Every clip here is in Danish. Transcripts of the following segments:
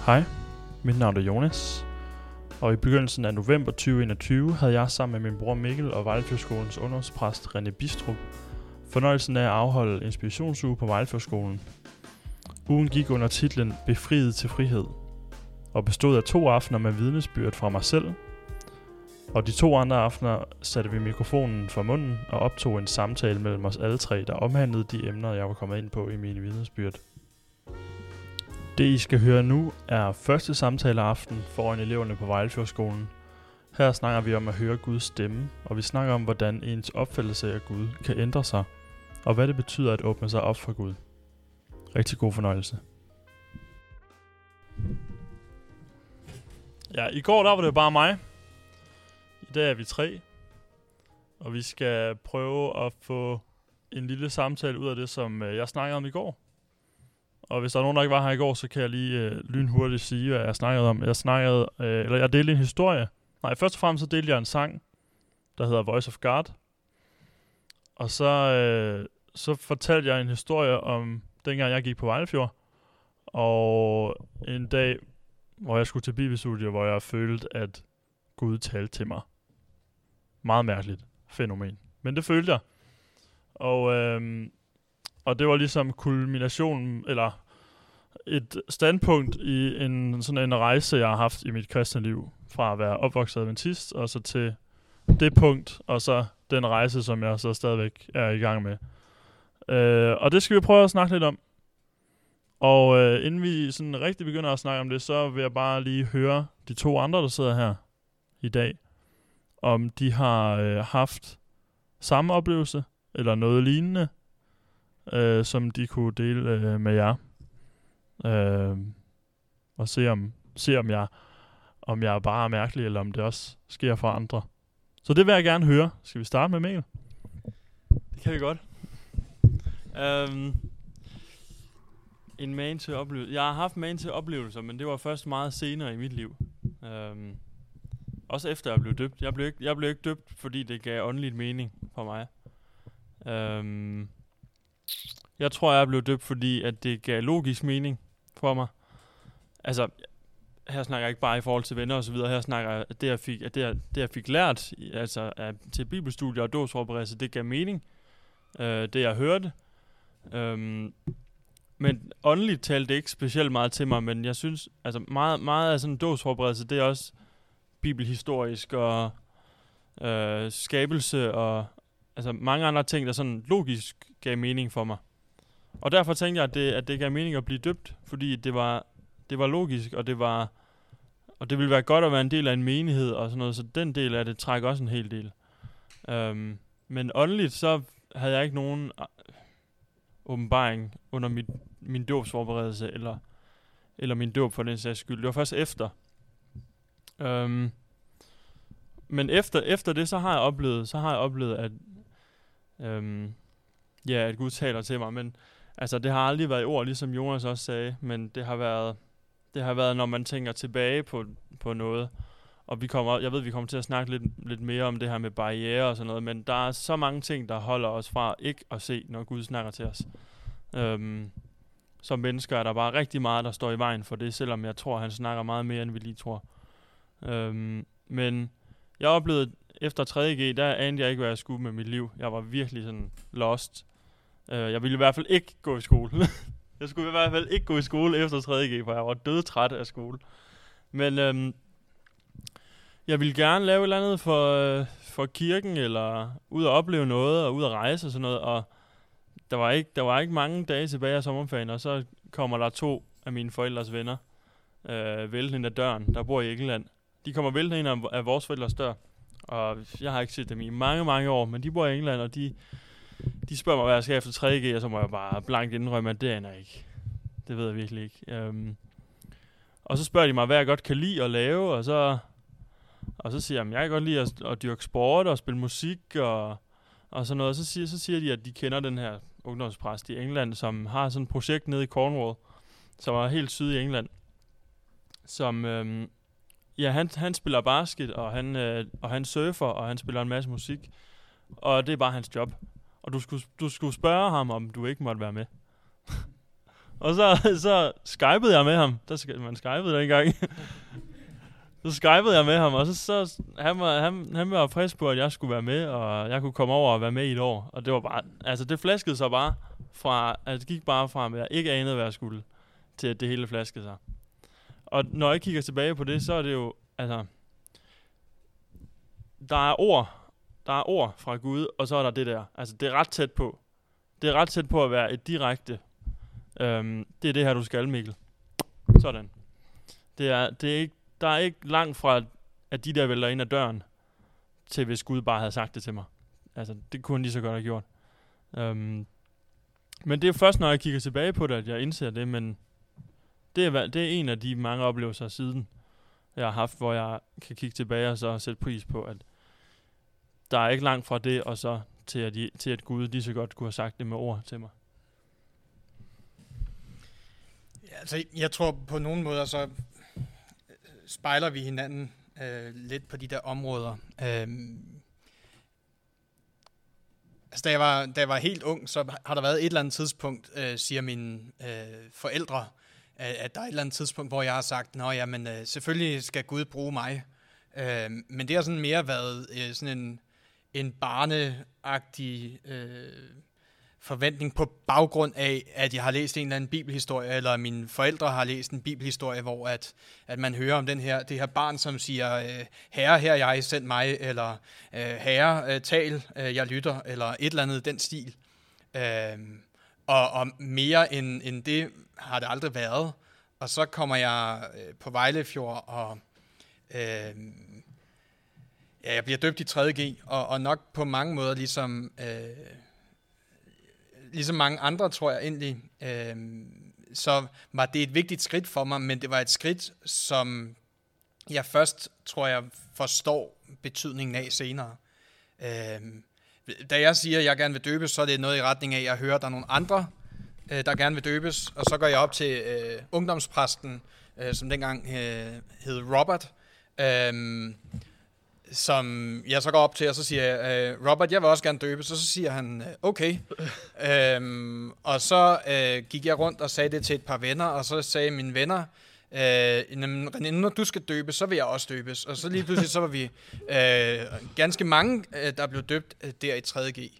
Hej, mit navn er Jonas, og i begyndelsen af november 2021 havde jeg sammen med min bror Mikkel og Vejlefjordskolens ungdomspræst René Bistrup fornøjelsen af at afholde inspirationsuge på Vejlefjordskolen. Ugen gik under titlen Befriet til frihed, og bestod af 2 aftener med vidnesbyrd fra mig selv, og de 2 andre aftener satte vi mikrofonen for munden og optog en samtale mellem os alle 3, der omhandlede de emner, jeg var kommet ind på i mine vidnesbyrd. Det I skal høre nu er første samtaleaften foran eleverne på Vejlefjordskolen. Her snakker vi om at høre Guds stemme, og vi snakker om, hvordan ens opfattelse af Gud kan ændre sig, og hvad det betyder at åbne sig op for Gud. Rigtig god fornøjelse. Ja, i går der var det bare mig. I dag er vi 3, og vi skal prøve at få en lille samtale ud af det, som jeg snakkede om i går. Og hvis der er nogen, der ikke var her i går, så kan jeg lige lynhurtigt sige, hvad jeg snakkede om. Jeg delte en historie. Nej, først og fremmest så delte jeg en sang, der hedder Voice of God. Og så fortalte jeg en historie om dengang jeg gik på Vejlefjord. Og en dag, hvor jeg skulle til bibelstudie, hvor jeg følte, at Gud talte til mig. Meget mærkeligt fænomen. Men det følte jeg. Og det var ligesom kulminationen, eller et standpunkt i sådan en rejse, jeg har haft i mit kristne liv. Fra at være opvokset adventist, og så til det punkt, og så den rejse, som jeg så stadigvæk er i gang med. Og det skal vi prøve at snakke lidt om. Og inden vi sådan rigtig begynder at snakke om det, så vil jeg bare lige høre de 2 andre, der sidder her i dag, om de har haft samme oplevelse, eller noget lignende, som de kunne dele med jer. Og se om jeg bare er mærkelig, eller om det også sker for andre. Så det vil jeg gerne høre. Skal vi starte med Mikkel? Det kan vi godt. En man til oplevelse. Jeg har haft man til oplevelser, men det var først meget senere i mit liv. Også efter jeg blev døbt. Jeg blev ikke døbt, fordi det gav åndeligt mening for mig. Jeg tror, jeg blev døbt, fordi at det gav logisk mening for mig. Altså, her snakker jeg ikke bare i forhold til venner og så videre. Her snakker jeg, at det jeg fik lært, altså til bibelstudier og dåbsforberedelse, det gav mening. Det jeg hørte. Men åndeligt talte det ikke specielt meget til mig, men jeg synes, altså meget af sådan en dåbsforberedelse, det er også bibelhistorisk og skabelse og altså mange andre ting, der sådan logisk gav mening for mig. Og derfor tænkte jeg, at det gav mening at blive døbt, fordi det var logisk, og det ville være godt at være en del af en menighed og sådan noget, så den del af det trækker også en hel del. Men åndeligt, så havde jeg ikke nogen åbenbaring under min dåbsforberedelse, eller min dåb for den sags skyld. Det var først efter. Men efter det, så har jeg oplevet, at Gud taler til mig, men altså det har aldrig været i ord, ligesom Jonas også sagde, men det har været, når man tænker tilbage på noget, og jeg ved, vi kommer til at snakke lidt mere om det her med barriere og sådan noget, men der er så mange ting, der holder os fra ikke at se, når Gud snakker til os. Som mennesker er der bare rigtig meget, der står i vejen for det, selvom jeg tror, han snakker meget mere, end vi lige tror. Men jeg oplevede, efter 3.G, der anede jeg ikke, hvad jeg skulle med mit liv. Jeg var virkelig sådan lost. Jeg ville i hvert fald ikke gå i skole. Jeg skulle i hvert fald ikke gå i skole efter 3.G, for jeg var dødtræt af skole. Men jeg ville gerne lave et eller andet for kirken, eller ud at opleve noget, og ud at rejse og sådan noget. Og der var ikke mange dage tilbage af sommerferien, og så kommer der 2 af mine forældres venner væltende ind ad døren, der bor i England. De kommer væltende ind af vores forældres dør, og jeg har ikke set dem i mange, mange år, men de bor i England, og de spørger mig, hvad jeg skal efter 3.G, og så må jeg bare blankt indrømme, at det aner jeg ikke. Det ved jeg virkelig ikke. Og så spørger de mig, hvad jeg godt kan lide at lave, og så siger jeg, at jeg kan godt lide at dyrke sport og spille musik og sådan noget. Så siger de, at de kender den her ungdomspræst i England, som har sådan et projekt nede i Cornwall, som er helt syd i England, som han spiller basket, og han surfer, og han spiller en masse musik, og det er bare hans job. Og du skulle spørge ham, om du ikke måtte være med. Og så skypede jeg med ham. Man skypede der engang. Så skypede jeg med ham, og så han var frisk på, at jeg skulle være med, og jeg kunne komme over og være med i et år. Og det var bare, altså det flaskede sig bare fra, altså det gik bare fra, at jeg ikke anede, hvad jeg skulle, til at det hele flaskede sig. Og når jeg kigger tilbage på det, så er det jo, altså, der er ord fra Gud, og så er der det der. Altså det er ret tæt på. Det er ret tæt på at være et direkte, det er det her, du skal, Mikkel. Sådan. Det er ikke, der er ikke langt fra, at de der vælter ind ad døren, til hvis Gud bare havde sagt det til mig. Altså, det kunne han lige så godt have gjort. Men det er først, når jeg kigger tilbage på det, at jeg indser det, men det er en af de mange oplevelser siden, jeg har haft, hvor jeg kan kigge tilbage og så sætte pris på, at der er ikke langt fra det, og så til at Gud lige så godt kunne have sagt det med ord til mig. Ja, altså, jeg tror på nogle måder, så spejler vi hinanden lidt på de der områder. Altså, da jeg var helt ung, så har der været et eller andet tidspunkt, siger mine forældre, at der er et eller andet tidspunkt, hvor jeg har sagt, nå ja, men selvfølgelig skal Gud bruge mig. Men det har sådan mere været sådan en barneagtig forventning på baggrund af, at jeg har læst en eller anden bibelhistorie, eller mine forældre har læst en bibelhistorie, hvor at man hører om det her barn, som siger, herre, her jeg, send mig, eller herre, tal, jeg lytter, eller et eller andet den stil. Og mere end det har det aldrig været. Og så kommer jeg på Vejlefjord, og jeg bliver døbt i 3.G, og nok på mange måder ligesom mange andre, tror jeg egentlig, så var det et vigtigt skridt for mig, men det var et skridt, som jeg først, tror jeg, forstår betydningen af senere. Da jeg siger, at jeg gerne vil døbes, så er det noget i retning af, at jeg hører, at der er nogle andre, der gerne vil døbes, og så går jeg op til ungdomspræsten, som dengang hed Robert, som jeg så går op til, og så siger jeg, Robert, jeg vil også gerne døbes, og så siger han, okay. Og så gik jeg rundt og sagde det til et par venner, og så sagde mine venner, René, når du skal døbes, så vil jeg også døbes. Og så lige pludselig, så var vi ganske mange, der blev døbt der i 3.G.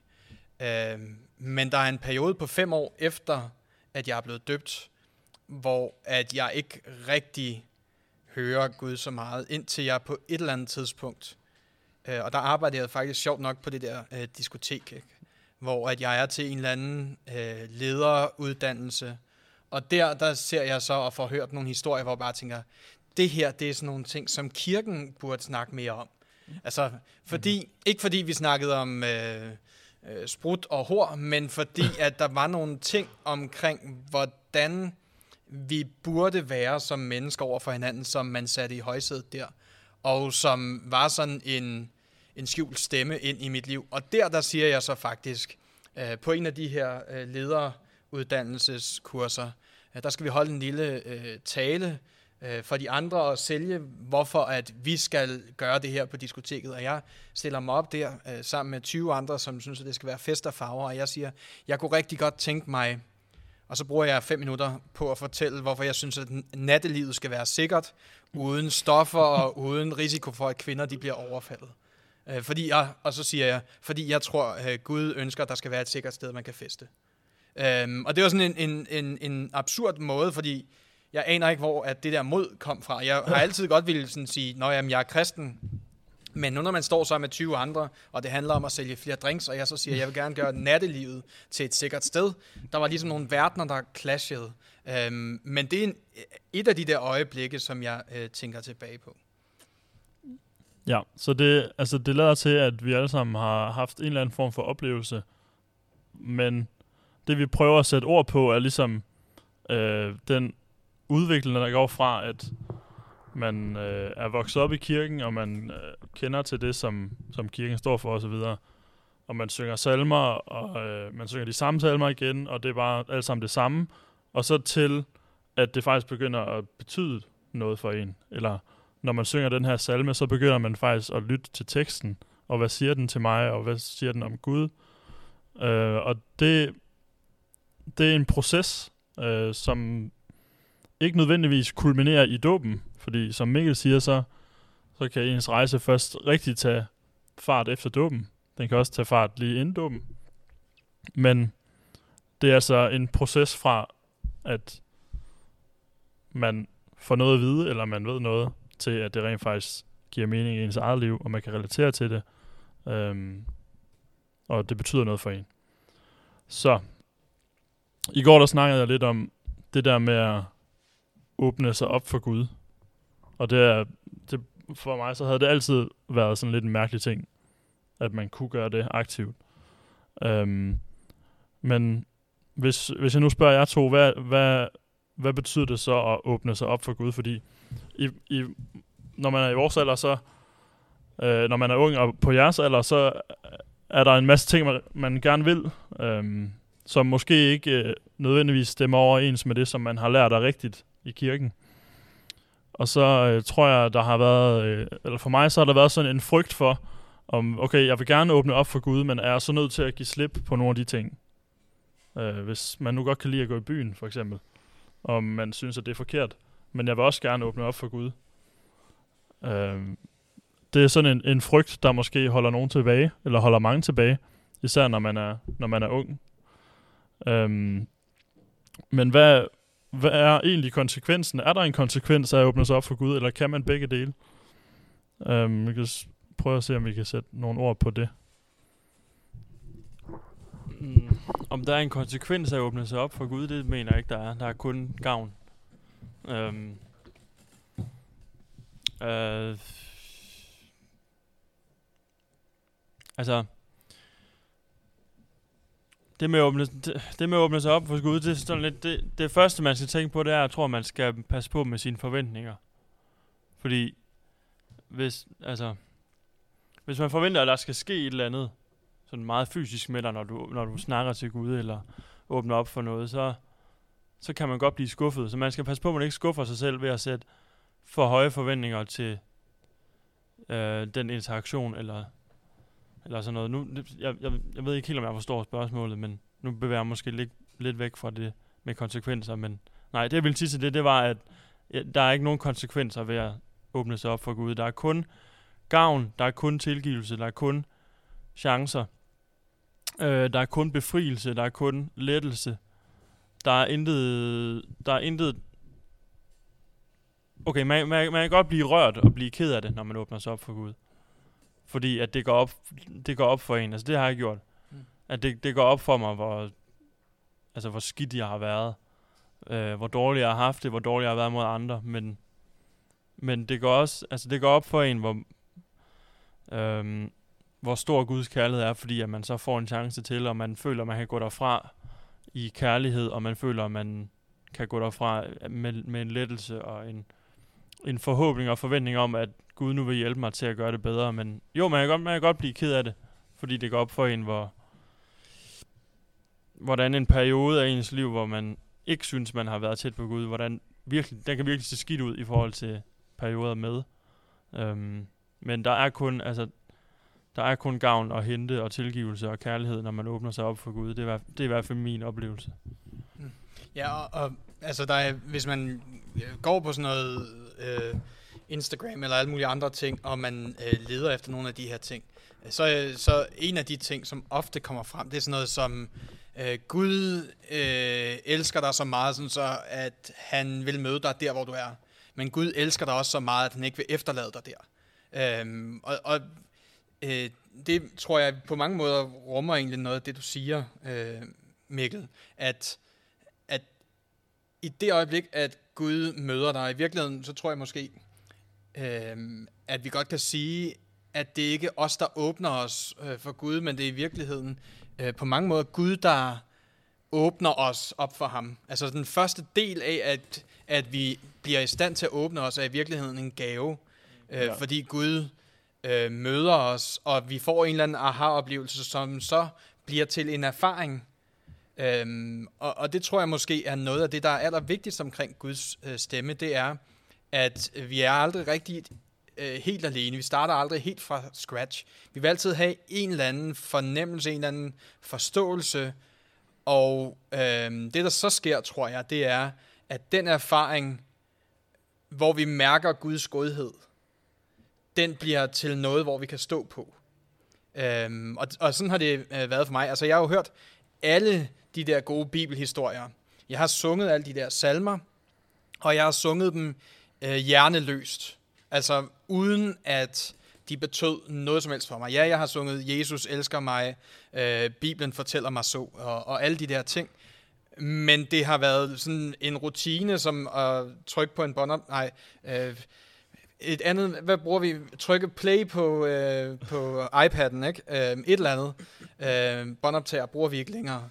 Men der er en periode på 5 år efter, at jeg er blevet døbt, hvor at jeg ikke rigtig hører Gud så meget, indtil jeg på et eller andet tidspunkt, og der arbejdede jeg faktisk sjovt nok på det der diskotek, ikke? Hvor at jeg er til en eller anden lederuddannelse, og der ser jeg så og får hørt nogle historier, hvor jeg bare tænker, det her, det er sådan nogle ting, som kirken burde snakke mere om. Altså, ikke fordi vi snakkede om sprut og hår, men fordi at der var nogle ting omkring, hvordan vi burde være som mennesker over for hinanden, som man satte i højsædet der, og som var sådan en skjult stemme ind i mit liv. Og der siger jeg så faktisk, på en af de her lederuddannelseskurser, der skal vi holde en lille tale for de andre og sælge, hvorfor at vi skal gøre det her på diskoteket. Og jeg stiller mig op der sammen med 20 andre, som synes, at det skal være fest og farver, og jeg siger, jeg kunne rigtig godt tænke mig, og så bruger jeg 5 minutter på at fortælle, hvorfor jeg synes, at nattelivet skal være sikkert, uden stoffer og uden risiko for, at kvinder de bliver overfaldet. Og så siger jeg, fordi jeg tror, at Gud ønsker, at der skal være et sikkert sted, man kan feste. Og det var sådan en absurd måde, fordi jeg aner ikke, hvor at det der mod kom fra. Jeg har altid godt ville sådan sige, nå jamen, jeg er kristen, men nu når man står sammen med 20 andre, og det handler om at sælge flere drinks, og jeg så siger, at jeg vil gerne gøre nattelivet til et sikkert sted, der var ligesom nogle verdener, der clashede. Men det er et af de der øjeblikke, som jeg tænker tilbage på. Ja, så det lader til, at vi alle sammen har haft en eller anden form for oplevelse, men det vi prøver at sætte ord på, er ligesom den udvikling, der går fra, at man er vokset op i kirken, og man kender til det, som kirken står for osv., og man synger salmer, og man synger de samme salmer igen, og det er bare alt sammen det samme, og så til, at det faktisk begynder at betyde noget for en, eller når man synger den her salme, så begynder man faktisk at lytte til teksten, og hvad siger den til mig, og hvad siger den om Gud, og det er en proces, som ikke nødvendigvis kulminerer i dåben, fordi som Mikkel siger, så kan ens rejse først rigtig tage fart efter dåben. Den kan også tage fart lige inden dåben. Men det er altså en proces fra, at man får noget at vide, eller man ved noget, til at det rent faktisk giver mening i ens eget liv, og man kan relatere til det. Og det betyder noget for en. Så, i går der snakkede jeg lidt om det der med at åbne sig op for Gud. Og det for mig så havde det altid været sådan lidt en mærkelig ting, at man kunne gøre det aktivt. Men hvis jeg nu spørger jer to, hvad betyder det så at åbne sig op for Gud? Fordi når man er i vores alder, så når man er ung og på jeres alder, så er der en masse ting, man gerne vil, som måske ikke nødvendigvis stemmer overens med det, som man har lært af rigtigt i kirken. Og så tror jeg, der har været, eller for mig, så har der været sådan en frygt for, om okay, jeg vil gerne åbne op for Gud, men er jeg så nødt til at give slip på nogle af de ting? Hvis man nu godt kan lide at gå i byen, for eksempel, og man synes, at det er forkert, men jeg vil også gerne åbne op for Gud. Det er sådan en frygt, der måske holder nogen tilbage, eller holder mange tilbage, især når man er ung. Men hvad er egentlig konsekvensen? Er der en konsekvens af at åbne sig op for Gud, eller kan man begge dele? Vi kan prøve at se, om vi kan sætte nogle ord på det. Om der er en konsekvens af at åbne sig op for Gud, det mener jeg ikke, der er. Der er kun gavn. Altså, det med at åbne sig op for Gud, det er sådan lidt, det første man skal tænke på, det er, jeg tror, man skal passe på med sine forventninger. Fordi, hvis man forventer, at der skal ske et eller andet, sådan meget fysisk med dig, når du snakker til Gud, eller åbner op for noget, så kan man godt blive skuffet. Så man skal passe på, at man ikke skuffer sig selv ved at sætte for høje forventninger til den interaktion, eller sådan noget. Nu, jeg ved ikke helt, om jeg forstår spørgsmålet, men nu bevæger jeg måske lidt væk fra det med konsekvenser. Men nej, det jeg ville sige til det var, at der er ikke nogen konsekvenser ved at åbne sig op for Gud. Der er kun gavn, der er kun tilgivelse, der er kun chancer, der er kun befrielse, der er kun lettelse. Der er intet. Okay, man kan godt blive rørt og blive ked af det, når man åbner sig op for Gud. Fordi at det går op for en. Altså det har jeg gjort. At det går op for mig, hvor skidt jeg har været. Hvor dårligt jeg har haft det, hvor dårligt jeg har været mod andre. Men det går også, det går op for en, hvor stor Guds kærlighed er, fordi at man så får en chance til, og man føler, at man kan gå derfra i kærlighed, og man føler, at man kan gå derfra med en lettelse og en forhåbning og forventning om, at Gud nu vil hjælpe mig til at gøre det bedre. Men jo, man kan godt blive ked af det, fordi det går op for en, hvordan en periode af ens liv, hvor man ikke synes, man har været tæt på Gud, hvordan den kan virkelig se skidt ud i forhold til perioder med. Men der er kun gavn og hente og tilgivelse og kærlighed, når man åbner sig op for Gud. Det er i hvert fald min oplevelse. Ja, og hvis man går på sådan noget Instagram eller alle mulige andre ting, og man leder efter nogle af de her ting, så en af de ting, som ofte kommer frem, det er sådan noget som Gud elsker dig så meget, sådan så at han vil møde dig der, hvor du er. Men Gud elsker dig også så meget, at han ikke vil efterlade dig der. Det tror jeg på mange måder rummer egentlig noget af det, du siger, Mikkel, at i det øjeblik, at Gud møder dig, i virkeligheden, så tror jeg måske, at vi godt kan sige, at det ikke er os, der åbner os for Gud, men det er i virkeligheden på mange måder Gud, der åbner os op for ham. Altså den første del af, at vi bliver i stand til at åbne os, er i virkeligheden en gave, fordi Gud møder os, og vi får en eller anden aha-oplevelse, som så bliver til en erfaring. Og det tror jeg måske er noget af det, der er allervigtigst omkring Guds stemme, det er, at vi er aldrig rigtig helt alene. Vi starter aldrig helt fra scratch. Vi vil altid have en eller anden fornemmelse, en eller anden forståelse Og det, der så sker, tror jeg, det er, at den erfaring, hvor vi mærker Guds godhed, den bliver til noget, hvor vi kan stå på. Og sådan har det været for mig. Altså, jeg har jo hørt alle de der gode bibelhistorier. Jeg har sunget alle de der salmer, og jeg har sunget dem hjerneløst. Altså, uden at de betød noget som helst for mig. Ja, jeg har sunget Jesus elsker mig, Bibelen fortæller mig så, og alle de der ting. Men det har været sådan en rutine, som at trykke på en båndop... et andet... Hvad bruger vi? Trykke play på iPad'en, ikke? Et eller andet. Båndoptager bruger vi ikke længere.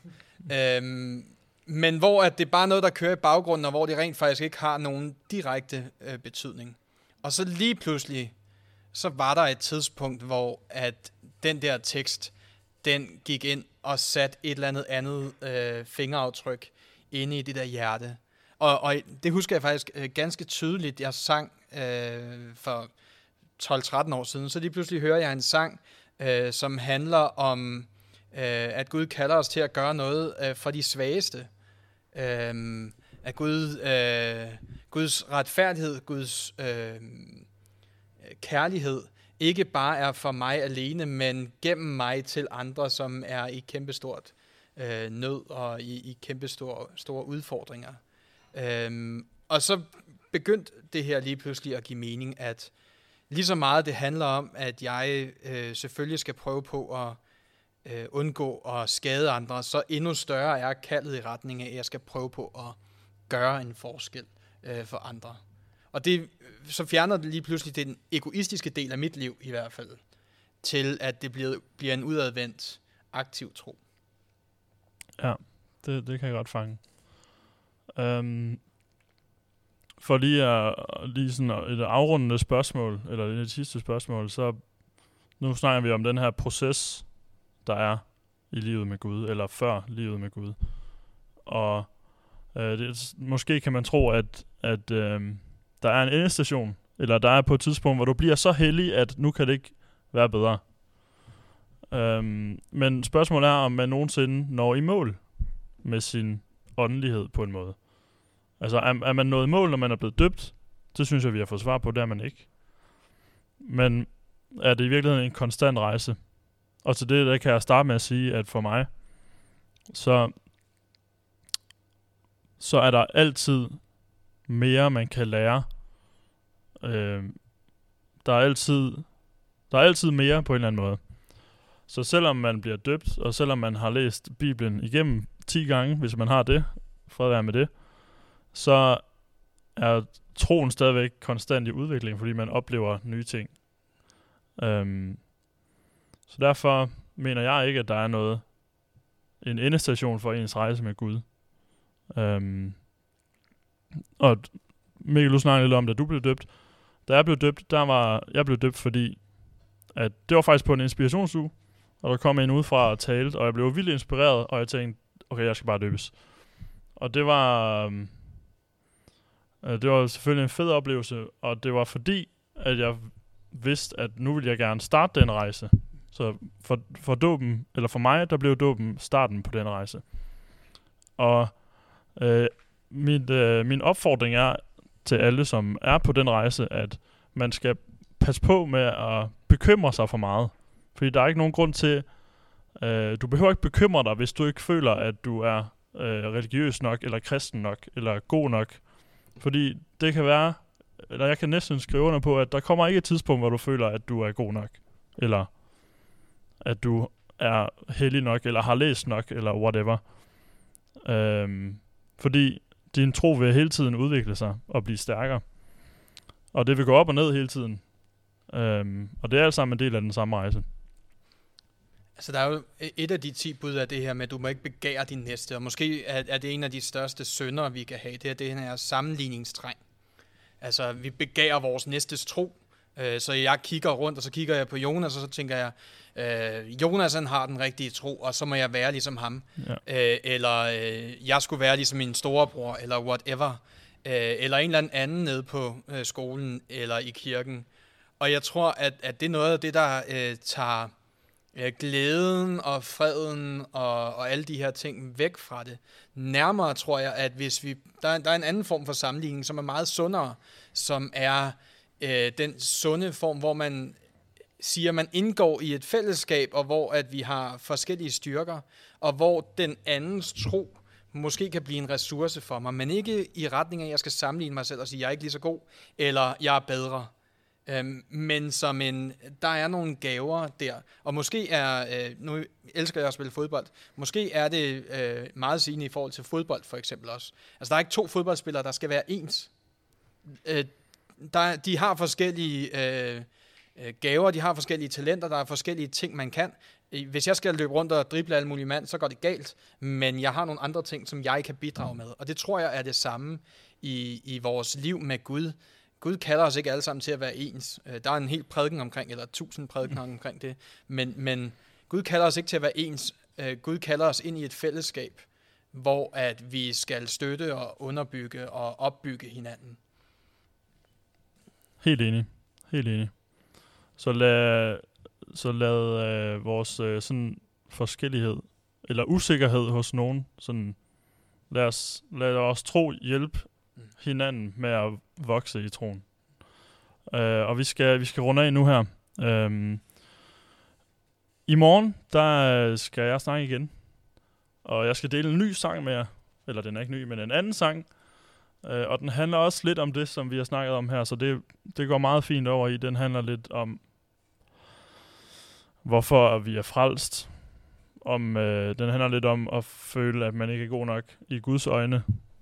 Men hvor at det er bare noget, der kører i baggrunden, og hvor det rent faktisk ikke har nogen direkte betydning. Og så lige pludselig, så var der et tidspunkt, hvor at den der tekst, den gik ind og satte et eller andet fingeraftryk inde i det der hjerte. Og det husker jeg faktisk ganske tydeligt. Jeg sang for 12-13 år siden, så lige pludselig hører jeg en sang, som handler om, at Gud kalder os til at gøre noget for de svageste. At Guds retfærdighed, Guds kærlighed, ikke bare er for mig alene, men gennem mig til andre, som er i kæmpestort nød og i kæmpestore udfordringer. Og så begyndte det her lige pludselig at give mening, at lige så meget det handler om, at jeg selvfølgelig skal prøve på at undgå at skade andre, så endnu større er kaldet i retning af, at jeg skal prøve på at gøre en forskel for andre. Og det, så fjerner det lige pludselig den egoistiske del af mit liv i hvert fald, til at det bliver en udadvendt, aktiv tro. Ja, det kan jeg godt fange. For lige sådan et afrundende spørgsmål, eller et sidste spørgsmål, så nu snakker vi om den her proces, der er i livet med Gud, eller før livet med Gud. Og måske kan man tro, at der er en endestation, eller der er på et tidspunkt, hvor du bliver så hellig, at nu kan det ikke være bedre. Men spørgsmålet er, om man nogensinde når i mål med sin åndelighed på en måde. Altså, er man nået i mål, når man er blevet døbt? Det synes jeg, vi har fået svar på, det er man ikke. Men er det i virkeligheden en konstant rejse? Og til det, der kan jeg starte med at sige, at for mig, så er der altid mere, man kan lære. Der er altid mere på en eller anden måde. Så selvom man bliver døbt, og selvom man har læst Bibelen igennem 10 gange, hvis man har det, fred være med det, så er troen stadigvæk konstant i udvikling, fordi man oplever nye ting. Så derfor mener jeg ikke, at der er en endestation for ens rejse med Gud. Og Mikkel, du snakkede lidt om, da du blev døbt. Da jeg blev døbt, jeg blev døbt, fordi at det var faktisk på en inspirationsuge, og der kom en udefra og talte, og jeg blev vildt inspireret, og jeg tænkte, okay, jeg skal bare døbes. Og det var selvfølgelig en fed oplevelse, og det var fordi, at jeg vidste, at nu ville jeg gerne starte den rejse. Så for dåben, eller for mig, der blev dåben starten på den rejse. Og min opfordring er til alle, som er på den rejse, at man skal passe på med at bekymre sig for meget. Fordi der er ikke nogen grund til, du behøver ikke bekymre dig, hvis du ikke føler, at du er religiøs nok, eller kristen nok, eller god nok. Fordi det kan være, eller jeg kan næsten skrive under på, at der kommer ikke et tidspunkt, hvor du føler, at du er god nok. Eller at du er hellig nok, eller har læst nok, eller whatever. Fordi din tro vil hele tiden udvikle sig og blive stærkere. Og det vil gå op og ned hele tiden. Og det er alt sammen en del af den samme rejse. Altså, der er jo et af de 10 bud af det her med, at du må ikke begære din næste. Og måske er det en af de største synder, vi kan have. Det er her sammenligningstræng. Altså, vi begærer vores næstes tro. Så jeg kigger rundt, og så kigger jeg på Jonas, og så tænker jeg, Jonas han har den rigtige tro, og så må jeg være ligesom ham. Ja. Eller jeg skulle være ligesom min storebror, eller whatever. Eller en eller anden nede på skolen, eller i kirken. Og jeg tror, at det er noget af det, der tager glæden og freden og alle de her ting væk fra det. Nærmere tror jeg, at hvis der er en anden form for sammenligning, som er meget sundere, som er den sunde form, hvor man siger, at man indgår i et fællesskab, og hvor at vi har forskellige styrker, og hvor den andens tro måske kan blive en ressource for mig, men ikke i retning af, at jeg skal sammenligne mig selv og sige, at jeg er ikke lige så god, eller jeg er bedre. Men som der er nogle gaver der, og måske nu elsker jeg at spille fodbold, måske er det meget sigende i forhold til fodbold for eksempel også. Altså der er ikke 2 fodboldspillere, der skal være ens. De har forskellige gaver, de har forskellige talenter, der er forskellige ting, man kan. Hvis jeg skal løbe rundt og drible alle mulige mand, så går det galt, men jeg har nogle andre ting, som jeg kan bidrage med, og det tror jeg er det samme i vores liv med Gud. Gud kalder os ikke alle sammen til at være ens. Der er en hel prædiken omkring, eller 1000 prædikener omkring det, men Gud kalder os ikke til at være ens. Gud kalder os ind i et fællesskab, hvor at vi skal støtte og underbygge og opbygge hinanden. Helt enig. Så lad vores sådan forskellighed, eller usikkerhed hos nogen, sådan lad os tro hjælpe hinanden med at vokse i troen. Og vi skal runde af nu her. I morgen, der skal jeg snakke igen. Og jeg skal dele en ny sang med jer. Eller den er ikke ny, men en anden sang. Og den handler også lidt om det, som vi har snakket om her. Så det går meget fint over i. Den handler lidt om, hvorfor vi er frelst. Den handler lidt om at føle, at man ikke er god nok i Guds øjne.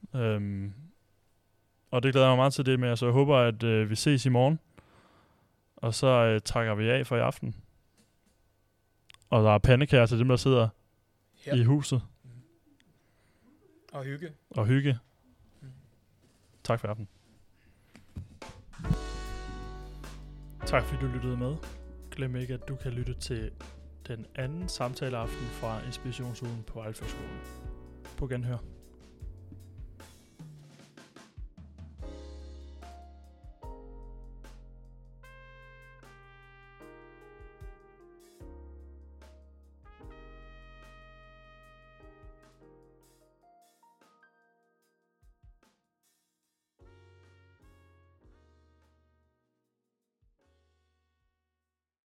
Og det glæder mig meget til det med, så jeg håber, at vi ses i morgen. Og så takker vi af for i aften. Og der er pandekager til dem, der sidder i huset. Og hygge. Tak for i aften. Tak fordi du lyttede med. Glem ikke, at du kan lytte til den anden samtaleaften fra Inspirationsugen på Vejlefjordskolen. På genhør.